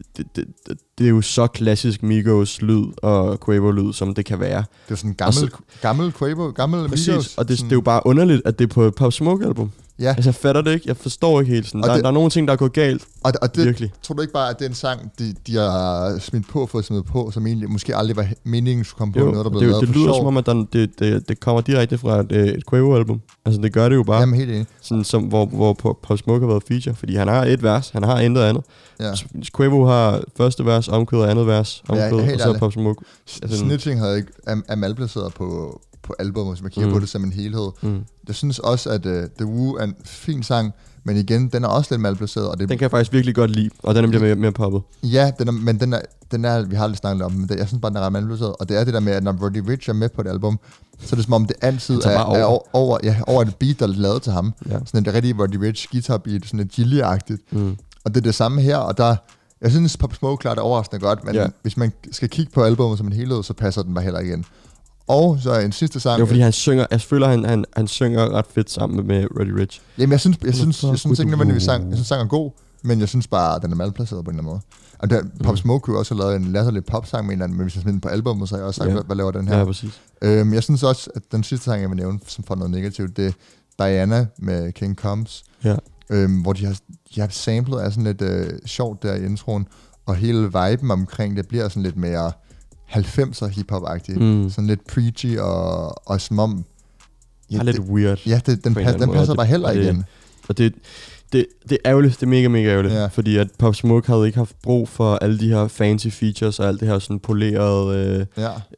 jo så klassisk Migos lyd og Quavo lyd, som det kan være. Det er sådan gammel Quavo, gammel præcis, Migos. Og det er jo bare underligt, at det er på et Pop Smoke album. Ja. Altså jeg fatter det ikke, jeg forstår ikke helt sådan. Der er nogle ting, der er gået galt. Og det, virkelig. Tror du ikke bare, at det er en sang, de har fået smidt på, som egentlig måske aldrig var meningen skulle komme på noget, der blev lavet for sjov? Det lyder som om, at det kommer direkte fra et Quavo-album. Altså det gør det jo bare. Jamen helt enig. Sådan, hvor Pop Smoke har været feature, fordi han har et vers, han har intet andet. Ja. Quavo har første vers, omkvæd og andet vers, omkvæd, og så Pop Smoke. Altså, Snitching er malplaceret på albumet, hvis man kigger på det som en helhed. Jeg synes også, at The Woo er en fin sang, men igen, den er også lidt malplaceret. Og det den kan jeg faktisk virkelig godt lide, og den bliver mere poppet. Ja, den er, vi har aldrig snakket om, men jeg synes bare, den er ret malplaceret. Og det er det der med, at når Roddy Ricch er med på et album, så er det som om, det altid er over et beat, der er lavet til ham. Ja. Sådan et rigtig Roddy Ricch guitar beat, sådan et Gilly-agtigt. Og det er det samme her, og der... Jeg synes, Pop Smoke klarer det overraskende godt, men hvis man skal kigge på albumet som en helhed, så passer den bare heller igen. Og så en sidste sang... Det er fordi han synger... Jeg føler, han synger ret fedt sammen med Roddy Ricch. Jamen, jeg synes ikke nødvendigvis sang er god, men jeg synes bare, at den er malplaceret på en eller anden måde. Og Pop Smoke kunne også have lavet en latterlig popsang med en eller anden, men hvis jeg smider den på albumet, så har jeg også sagt, hvad laver den her? Ja, præcis. Jeg synes også, at den sidste sang, jeg vil nævne, som får noget negativt, det er Diana med King Combs. Ja. Hvor de har samlet er sådan lidt sjovt der i introen, og hele viben omkring det bliver sådan lidt mere 90'er hiphop-agtigt. Sådan lidt preachy og som om... Ja, lidt weird. Ja, den passer bare heller igen. Og det er ærgerligt, det er mega, mega ærgerligt, fordi at Pop Smoke havde ikke haft brug for alle de her fancy features og alt det her sådan polerede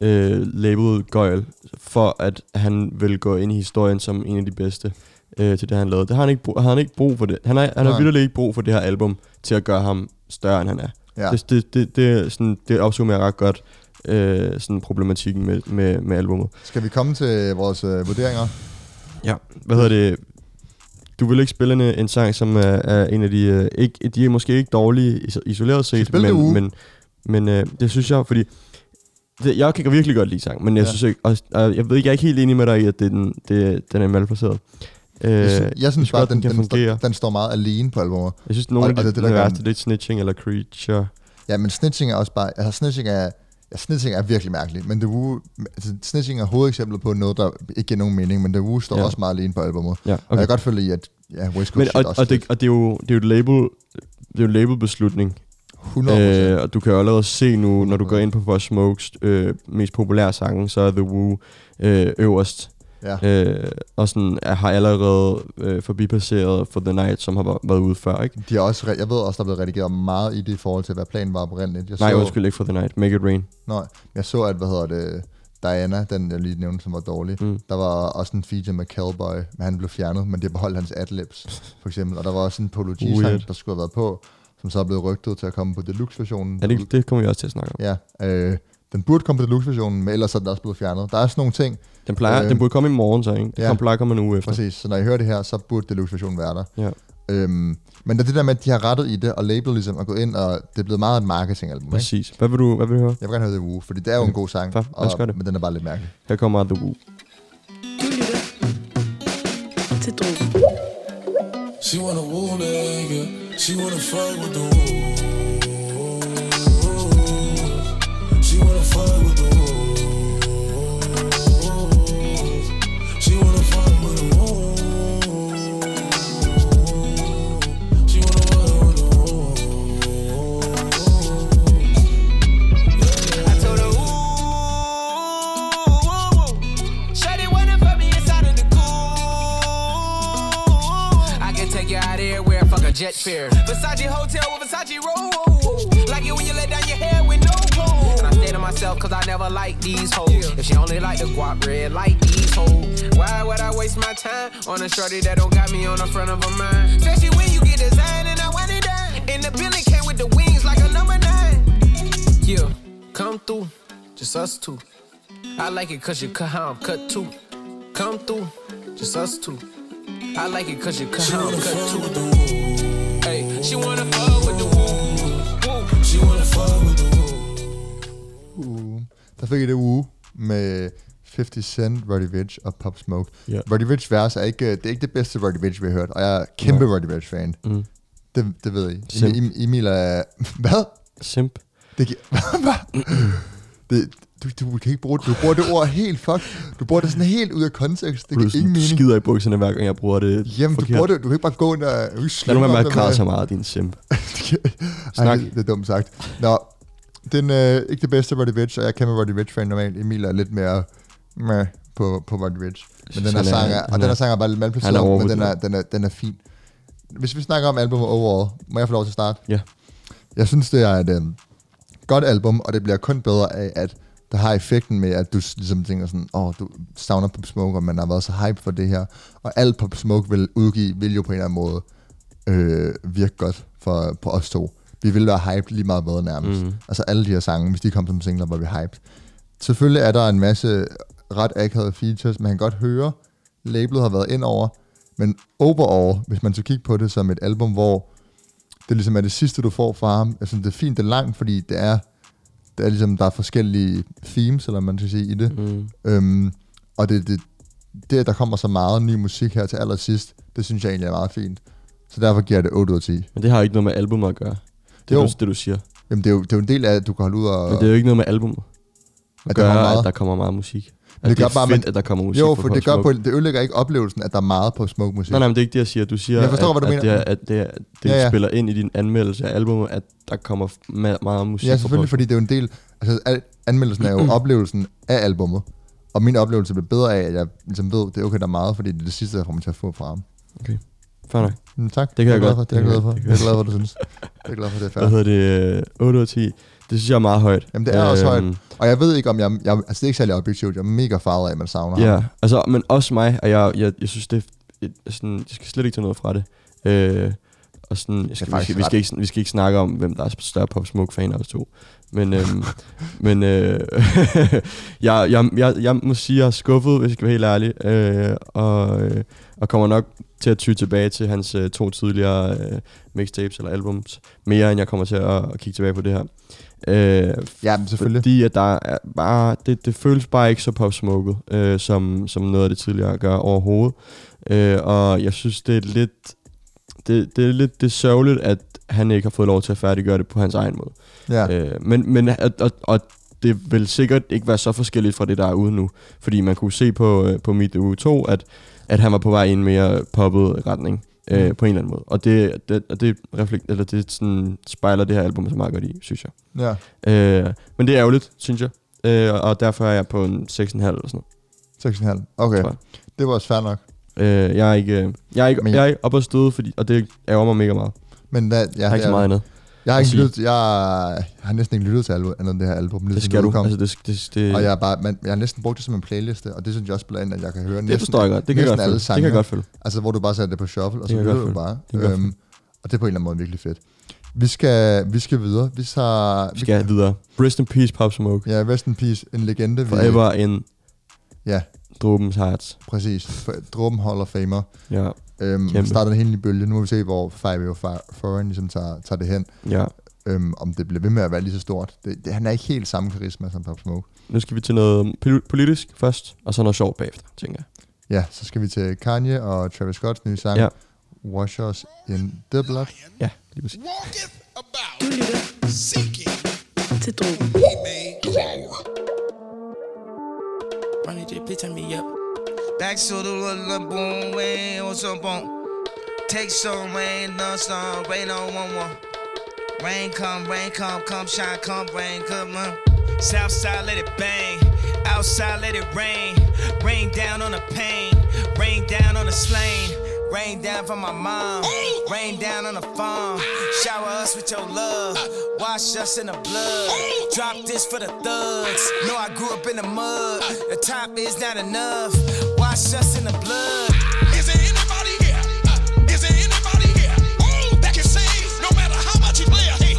label-gøjl, for at han ville gå ind i historien som en af de bedste til det, han lavede. Det har han ikke brug for det. Han har virkelig ikke brug for det her album til at gøre ham større, end han er. Ja. Det opsummerer ret godt sådan problematikken med albumet. Skal vi komme til vores vurderinger? Ja, hvad hedder det? Du vil ikke spille en sang, som er en af de... de er måske ikke dårlige isoleret set, men det synes jeg, fordi... Jeg kan virkelig godt lide sang, men jeg synes ikke... Jeg ved ikke, jeg er ikke helt enig med dig i, at den er malplaceret. Jeg synes bare, at den står meget alene på albumet. Jeg synes, nogle af de værste, det er Snitching eller Creature. Ja, men Snitching er også bare... Altså, Snitching er virkelig mærkelig, men The Woo... Altså, Snitching er hovedeksemplet på noget, der ikke giver nogen mening, men The Woo står også meget alene på albumet. Ja, okay. Og jeg kan godt følge i, at West Coast shit også... Og det er jo et label... Det er jo en labelbeslutning. 100%. Og du kan jo allerede se nu, når du går ind på Pop Smokes mest populære sange, så er The Woo øverst. Ja. Og sådan har allerede forbipasseret For The Night, som har været ude før, ikke? De har også, jeg ved også, der er blevet redigeret meget i det i forhold til, hvad planen var oprindeligt. Undskyld, ikke For The Night. Make It Rain. Nej, jeg så, at, Diana, den jeg lige nævnte, som var dårlig. Der var også en feature med Cowboy, men han blev fjernet, men det beholdt hans adlibs, for eksempel. Og der var også en Polo G-sang, der skulle have været på, som så er blevet rygtet til at komme på deluxe-versionen. Ja, det kommer vi også til at snakke om. Ja, den burde komme på deluxe-versionen, men ellers er den også blevet fjernet. Der er sådan nogle ting. Den burde komme i morgen, så ikke? Den plejer at komme en uge efter. Præcis, så når I hører det her, så burde deluxe-versionen være der. Ja. Men det der med, at de har rettet i det, og label ligesom er gået ind, og det er blevet meget et marketingalbum. Præcis. Hvad vil du høre? Jeg vil gerne høre The Woo, fordi det er jo en god sang, men den er bare lidt mærkelig. Her kommer The Woo. Du lytter til Drogen. She wanna woo nigga. She wanna fuck with the woo. She wanna fuck with the woo. She wanna fuck with the woo. She wanna fuck with the woo. I told her, ooh, shawty wanna fuck me inside of the cool. I can take you out everywhere, fuck a jet fare. Versace hotel with Versace roll. Like it when you let down your hair with no roll. And I stay to myself cause I never like these hoes. If she only like the guap red like these hoes, why would I waste my time on a shorty that don't got me on the front of her mind? Especially when you get designed and I want it done. And the building came with the wings like a number 9. Yeah, come through, just us two. I like it cause you cut how I'm cut too. Come through, just us two. I like it cause you cut how I'm cut too. Hey, she wanna fuck with the woo. She wanna fuck with the woo. Der fik jeg det med 50 Cent, Roddy Ricch og Pop Smoke. Yeah. Roddy Ricch vers er ikke det bedste Roddy Ricch, vi har hørt, og jeg er kæmpe Roddy Ricch fan. Det ved I. Emil er... Hvad? Simp. Du kan ikke bruge det. Du bruger det ord helt Du bruger det sådan helt ud af kontekst. Det giver ingen mening. Du skider i bukserne hver gang jeg bruger det. Jamen, du bruger det. Du kan ikke bare gå ind og... Lad nu med at græde så meget, din simp. Snak. Det er dumt sagt. Nå, den ikke det bedste Roddy Ricch, og jeg er kæmpe Roddy Ricch fan normalt. Emil er lidt mere på Roddy Ricch. Men den her sang er bare lidt malplaceret, men den er fin. Hvis vi snakker om albumet overall, må jeg få lov til at starte? Ja. Jeg synes, det er et godt album, og det bliver kun bedre af, at der har effekten med, at du ligesom tænker sådan, du savner Pop Smoke, og man har været så hype for det her. Og alt Pop Smoke vil udgive, vil jo på en eller anden måde virke godt på os to. Vi vil være hyped lige meget bedre nærmest. Altså alle de her sange, hvis de kom som singler, var vi hyped. Selvfølgelig er der en masse ret akavede features, man kan godt høre, labelet har været ind over, men overall, hvis man så kigger på det som et album, hvor det ligesom er det sidste, du får fra ham, altså det er fint, det er langt, fordi det er ligesom, der er forskellige themes, eller man skal sige, i det. Og det, at der kommer så meget ny musik her til allersidst, det synes jeg egentlig er meget fint. Så derfor giver jeg det 8 ud af 10. Men det har ikke noget med albumet at gøre. Det er det, du siger. Jamen, det er jo en del af, at du kan holde ud og... Men det er jo ikke noget med albumet at gøre, at der kommer meget musik. At det er bare, fedt, at der kommer musik. Jo, for det ødelægger ikke oplevelsen, at der er meget på Smoke musik. Nej, men det er ikke det, jeg siger. Du siger, jeg forstår, hvad du mener. At det spiller ind i din anmeldelse af albumet, at der kommer meget musik. Ja, selvfølgelig, fordi det er jo en del... Altså, anmeldelsen er jo oplevelsen af albumet. Og min oplevelse bliver bedre af, at jeg ligesom ved, det er okay, der er meget, fordi det er det sidste, jeg får mig til at få fra ham. Okay. Fair nok. Tak. Det kan jeg godt. Det er jeg glad for. Jeg er glad for, du synes. Jeg er glad for, det er fair. Hvad hedder det? 8 ud af 10. Det synes jeg er meget højt. Jamen, det er også højt. Og jeg ved ikke, om jeg altså, det er ikke særlig objektivt. Jeg er mega farvet af, at man savner ham. Ja, altså, men også mig, og jeg synes, det er sådan, jeg skal slet ikke tage noget fra det. Og sådan, vi skal ikke snakke om, hvem der er større Pop Smoke-fan af os to. Men, jeg må sige, at jeg er skuffet, hvis jeg skal være helt ærlig. Og kommer nok til at ty tilbage til hans 2 tidligere mixtapes eller albums. Mere end jeg kommer til at kigge tilbage på det her. Ja, selvfølgelig. Fordi at der er bare, det føles bare ikke så Pop Smoke, som noget af det tidligere gør overhovedet. Og jeg synes, det er lidt... Det er lidt sørgeligt, at han ikke har fået lov til at færdiggøre det på hans egen måde. Ja. Men det vil sikkert ikke være så forskelligt fra det, der er ude nu. Fordi man kunne se på Meet the Woo 2, at han var på vej i en mere poppet retning på en eller anden måde. Og det sådan spejler det her album så meget godt i, synes jeg. Ja. Men det er ærgerligt, synes jeg. Og derfor er jeg på en 6,5 eller sådan noget. 6,5, okay. Det var også fair nok. Jeg er ikke op og støde, og det ærger mig mega meget. Men jeg har ikke så meget andet. Jeg har næsten ikke lyttet til andet end det her album. Det skal du. Altså og jeg har næsten brugt det som en playliste, og det synes jeg også blandt andet, at jeg kan høre det forstår jeg godt. Det kan jeg godt følge. Altså hvor du bare sætter det på shuffle, og så hører du bare. Og det er på en eller anden måde virkelig fedt. Vi skal videre. Vi skal videre. Rest in peace, Pop Smoke. Ja, rest in peace. En legende. Forever in... Ja. Drobens Hearts. Præcis. Droben Hall of Famer. Ja. Starter en helt ny bølge. Nu må vi se, hvor Fivio Foreign ligesom tager det hen. Ja. Om det bliver ved med at være lige så stort. Han er ikke helt samme karisma som Pop Smoke. Nu skal vi til noget politisk først, og så noget sjovt bagefter, tænker jeg. Ja, så skal vi til Kanye og Travis Scotts nye sang. Ja. Wash Us in the Blood. Ja, lige præcis. Du lytter til Drogen. Ronnie J, please turn me up. Back to the little boom, way, what's up, boom? Take some rain, no sun, rain on 1-1. Rain come, come shine, come rain, come on. Southside, let it bang. Outside, let it rain. Rain down on the pain. Rain down on the slain. Rain down from my mom. Rain down on the phone. Shower us with your love. Wash us in the blood. Drop this for the thugs. Know I grew up in the mud. The top is not enough. Wash us in the blood. Is there anybody here? Is there anybody here that can say no matter how much you play? Hey,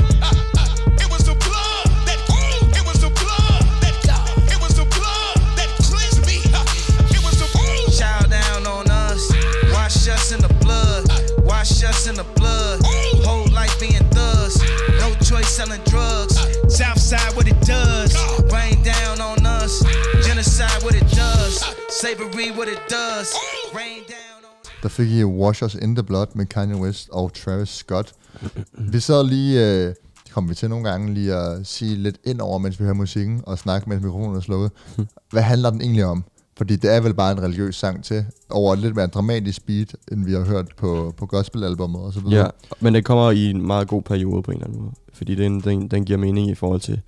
it was the blood that. It was the blood that. It was the blood that cleansed me. It was the. Shout down on us. Wash us in the blood. Wash us in the blood. Whole life being thugs. No choice selling drugs. Southside what it does. Rain down on us. Genocide what it does. Slavery what it does. Rain down on us. Der fik I Wash Us in the Blood med Kanye West og Travis Scott. Vi sad lige, det kom vi til nogle gange, lige at sige lidt ind over, mens vi hører musikken, og snakke, mens mikrofonen er slukket. Hvad handler den egentlig om? Fordi det er vel bare en religiøs sang til, over et lidt mere dramatisk beat, end vi har hørt på gospel-albummet og så videre. Ja, men det kommer i en meget god periode på en eller anden måde. Fordi den giver mening i forhold til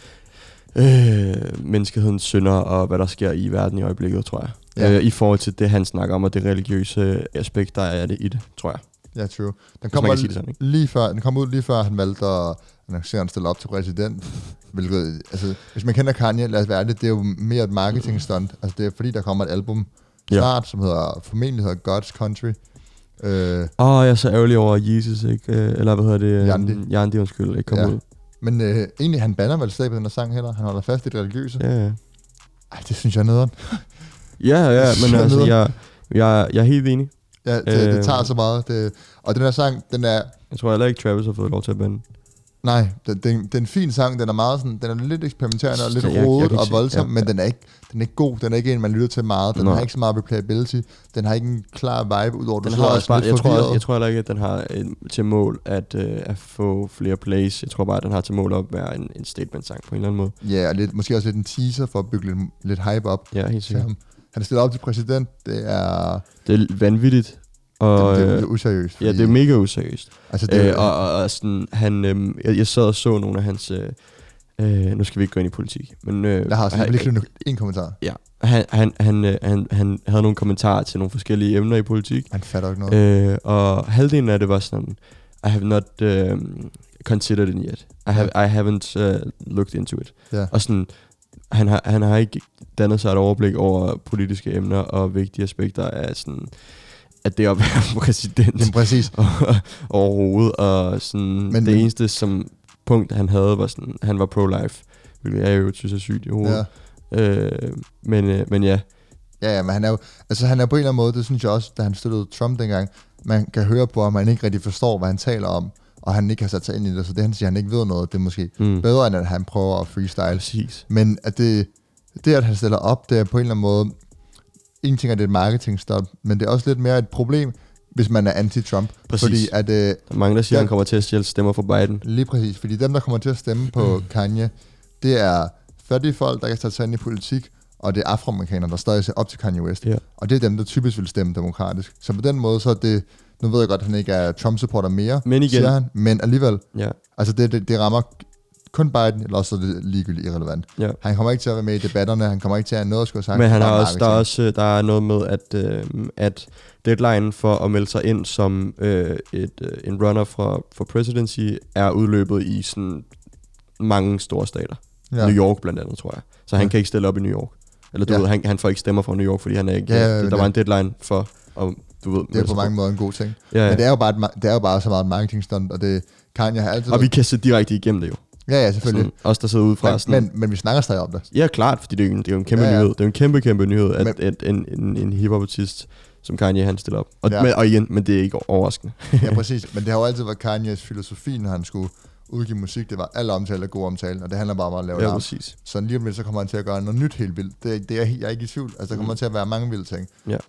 menneskehedens synder og hvad der sker i verden i øjeblikket, tror jeg. Ja. I forhold til det, han snakker om, og det religiøse aspekt, der er det i det, tror jeg. Ja, true. Den man kom kan sige det sådan, ikke? den kom ud lige før han valgte at annoncere, at stille op til præsident. Hvilket, altså, hvis man kender Kanye, lad os være det er jo mere et marketing-stunt. Altså, det er fordi, der kommer et album snart, som formentlig hedder God's Country. Jeg er så ærgerlig over Jesus, ikke? Eller hvad hedder det? Yandi, undskyld, ikke kom ud. Men egentlig, han banner vel stadig på den her sang heller. Han holder fast i det religiøse. Ja. Ej, det synes jeg er nederen. Ja, men altså, jeg er helt enig. Ja, det tager så meget. Og den her sang, den er... Jeg tror heller ikke, Travis har fået lov til at bande. Nej, det er en fin sang. Den er meget sådan, den er lidt eksperimenterende og lidt rodet og voldsom, men den er ikke god. Den er ikke en, man lytter til meget. Den har ikke så meget replayability. Den har ikke en klar vibe, udover den har også bare, jeg tror heller ikke, at den har til mål at få flere plays. Jeg tror bare, at den har til mål at være en statement-sang på en eller anden måde. Ja, og måske også lidt en teaser for at bygge lidt hype op. Ja, helt sikkert. Han er stillet op til præsident. Det er vanvittigt. Og, det er useriøst. Ja, det er mega useriøst. Altså, det og sådan, jeg sad og så nogle af hans... nu skal vi ikke gå ind i politik, men... jeg har også en kommentar. Ja, han havde nogle kommentarer til nogle forskellige emner i politik. Han fatter ikke noget. Og halvdelen af det var sådan, I have not considered it yet. I haven't looked into it. Yeah. Og sådan, han har ikke dannet sig et overblik over politiske emner og vigtige aspekter af sådan... at det at være præsident. Jamen, præcis. Overhovedet, og sådan, det eneste som punkt, han havde, var sådan, han var pro-life, hvilket jeg jo synes er sygt i hovedet. Ja. Men ja. Ja, men han er jo på en eller anden måde, det synes jeg også, da han støttede Trump dengang, man kan høre på, at man ikke rigtig forstår, hvad han taler om, og han ikke har sat sig ind i det, så det han siger, han ikke ved noget, det er måske bedre, end at han prøver at freestyle. Præcis. Men at det, at han stiller op, det er på en eller anden måde, en ting er det et marketingstop, men det er også lidt mere et problem, hvis man er anti-Trump. Præcis. Fordi at, der er mange, der siger, at han kommer til at stjæle stemmer for Biden. Lige præcis, fordi dem, der kommer til at stemme på Kanye, det er fattige folk, der kan tage sig ind i politik, og det er afroamerikanere, der stadig ser op til Kanye West. Ja. Og det er dem, der typisk vil stemme demokratisk. Så på den måde, så er det... Nu ved jeg godt, at han ikke er Trump-supporter mere, siger han, men alligevel. Ja. Altså det rammer kun Biden, eller også er det ligegyldigt irrelevant. Ja. Han kommer ikke til at være med i debatterne, han kommer ikke til at have noget at skulle have sagt. Men han har også, der er noget med, at deadline for at melde sig ind som en runner for presidency er udløbet i sådan mange store stater. Ja. New York blandt andet, tror jeg. Så han kan ikke stille op i New York. Eller du ved, han får ikke stemmer fra New York, fordi han er ikke... der var en deadline for... Du ved, det er på mange måder en god ting. Ja. Men det er jo bare så meget marketingstunt, og det kan jeg have altid... Og vi kan se direkte igennem det jo. Ja, selvfølgelig. Sådan, os, der sidder udefra. Men vi snakker stadig om det. Ja, klart, fordi det er jo en kæmpe nyhed. Det er jo en kæmpe nyhed, at en hiphop-artist som Kanye, han stiller op. Og igen, men det er ikke overraskende. Ja, præcis. Men det har jo altid været Kanyes filosofi, når han skulle udgive musik. Det var alle omtale og god omtale, og det handler bare om at lave larm. Præcis. Så lige om lidt, så kommer han til at gøre noget nyt helt vildt. Jeg er ikke i tvivl. Altså, der kommer til at være mange vilde ting. Ja. Og så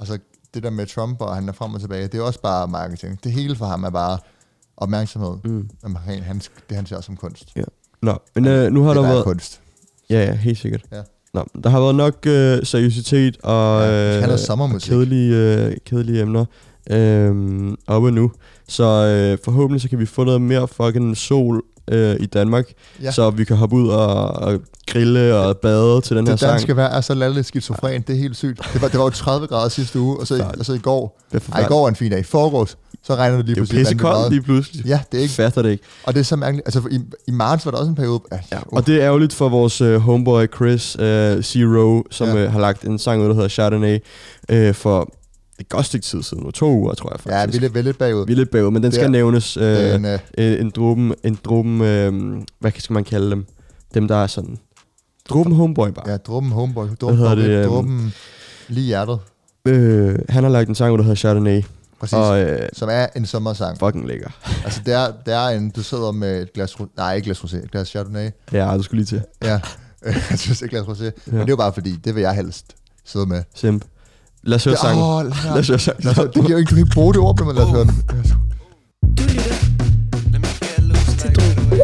det der med Trump, og han er frem og tilbage, det er også bare marketing. Det hele for ham er bare opmærksomhed. Det han ser som kunst. Ja. Nå, men nu har det der været... kunst. Ja, helt sikkert. Ja. Nå, der har været nok seriøsitet og, kedelige emner oppe nu. Så forhåbentlig så kan vi få noget mere fucking sol i Danmark, så vi kan hoppe ud og grille og bade til den her sang. Det danske vejr er så latterligt skizofren, det er helt sygt. Det var jo 30 grader sidste uge, og så i går. I går var en fin dag. I forgårs, så regner det lige pludselig. Det er jo pissekoldt lige pludselig. Ja, det er ikke. Fatter det ikke. Og det er så mærkeligt. Altså i marts var der også en periode. Og det er ærgerligt for vores homeboy Chris Zero, som har lagt en sang ud, der hedder Chardonnay, for et godt stykke tid siden, 2 uger, tror jeg faktisk. Ja, vi er lidt bagud. Vi er lidt bagud, men den skal nævnes. En dråben, hvad skal man kalde dem? Dem, der er sådan... Dråben homeboy bare. Ja, dråben homeboy. Dråben lige hjertet. Han har lagt en sang, der hedder Chardonnay. Præcis, og, som er en sommersang. Fucking lækker. Altså, det er en... Du sidder med et glas... Nej, ikke glas rosé. Et glas Chardonnay. Ja, du skulle lige til. Ja, jeg synes ikke glas rosé. Ja. Men det er jo bare fordi, det vil jeg helst sidde med. Simp. Lad os høre sangen. Lad os høre sangen. Det giver jo ikke, du kan ikke bruge det ord, men lad os høre den. Du lytter til Drogen.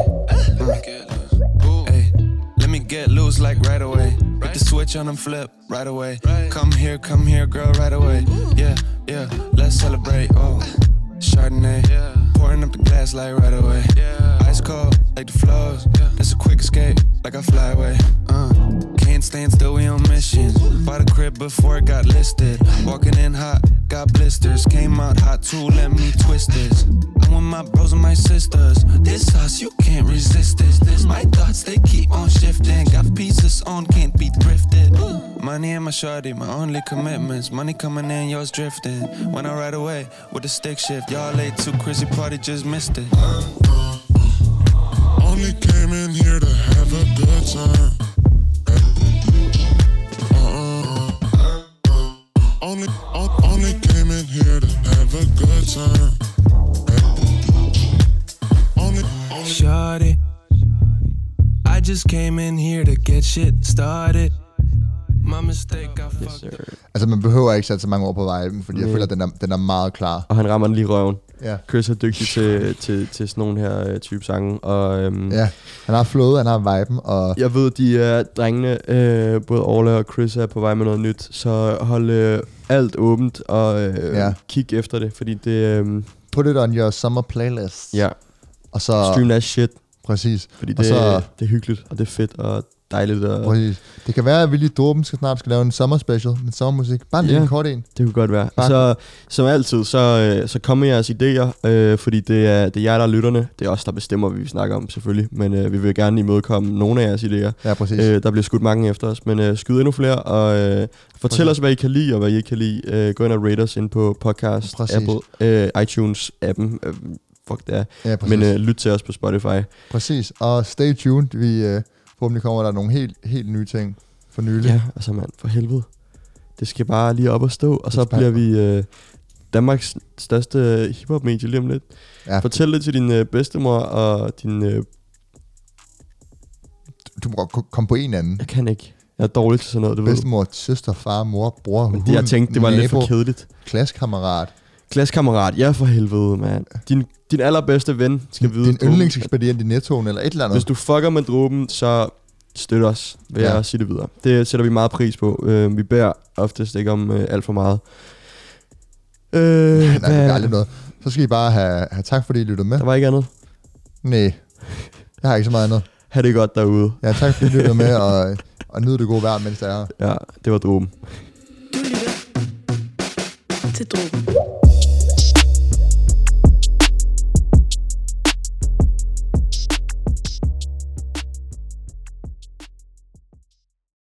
Let me get loose like right away. Hit the switch on and flip right away. Come here, girl, right away. Yeah, let's celebrate. Oh, Chardonnay. Pouring up the glass like right away. Ice cold like the flows. That's a quick escape like I fly away. Can't stand still, we on mission. Bought a crib before it got listed. Walking in hot, got blisters. Came out hot too, let me twist this. I'm with my bros and my sisters. This us, you can't resist this. My thoughts, they keep on shifting. Got pieces on, can't be thrifted. Money and my shawty, my only commitments. Money coming in, yours drifting. When I ride away with the stick shift. Y'all late too, crazy party, just missed it. Only came in here to have a good time. Only came in here to have a good time. Shawty, I just came in here to get shit started. My mistake, I fucked up. Altså, man behøver ikke sætte så mange ord på viben, fordi jeg føler, at den er meget klar. Og han rammer den lige i røven. Ja. Chris er dygtig til sådan nogle her type sange. Og, ja, han har flowet, han har viben. Og jeg ved, de er drengene, både Orla og Chris er på vej med noget nyt, så hold alt åbent og kig efter det, fordi det... Put it on your summer playlist. Ja, og så stream that shit. Præcis. Fordi det er hyggeligt, og det er fedt og dejligt. Og præcis. Det kan være, at vi lige Dråben snart skal lave en sommer special med sommermusik. Bare lige en kort en. Det kunne godt være. Så som altid, så kommer jeres idéer, fordi det er jer, der er lytterne. Det er os, der bestemmer, hvad vi snakker om, selvfølgelig. Men vi vil gerne imødekomme nogle af jeres idéer. Ja, præcis. Der bliver skudt mange efter os, men skyd endnu flere, og fortæl os, hvad I kan lide, og hvad I ikke kan lide. Gå ind og rate os ind på podcast, Apple, iTunes-appen. Fuck det er. Ja, men lyt til os på Spotify. Præcis, og stay tuned. Vi forhåbentlig kommer der nogle helt nye ting for nylig. Ja, altså mand, for helvede. Det skal bare lige op og stå, og så bliver vi Danmarks største hiphop-medie lige om lidt. Ja. Fortæl det til din bedstemor og din... Du må komme på en anden. Jeg kan ikke. Jeg er dårlig til sådan noget, du bedstemor, ved. Søster, far, mor, bror, hund, jeg tænkte, det var nabo, lidt for kedeligt. Klassekammerat, ja for helvede, mand. Din allerbedste ven skal vide... Din yndlingsekspedient i Nettoen eller et eller andet. Hvis du fucker med Dråben, så støt os, vil jeg sige det videre. Det sætter vi meget pris på. Vi bærer oftest ikke om alt for meget. Nej, det er aldrig noget. Så skal I bare have tak, fordi I lyttede med. Der var ikke andet? Nej, jeg har ikke så meget andet. Ha' det godt derude. Ja, tak fordi I lyttede med, og nyd det gode vejr, mens det er. Ja, det var Dråben. Du lytter til Drogen.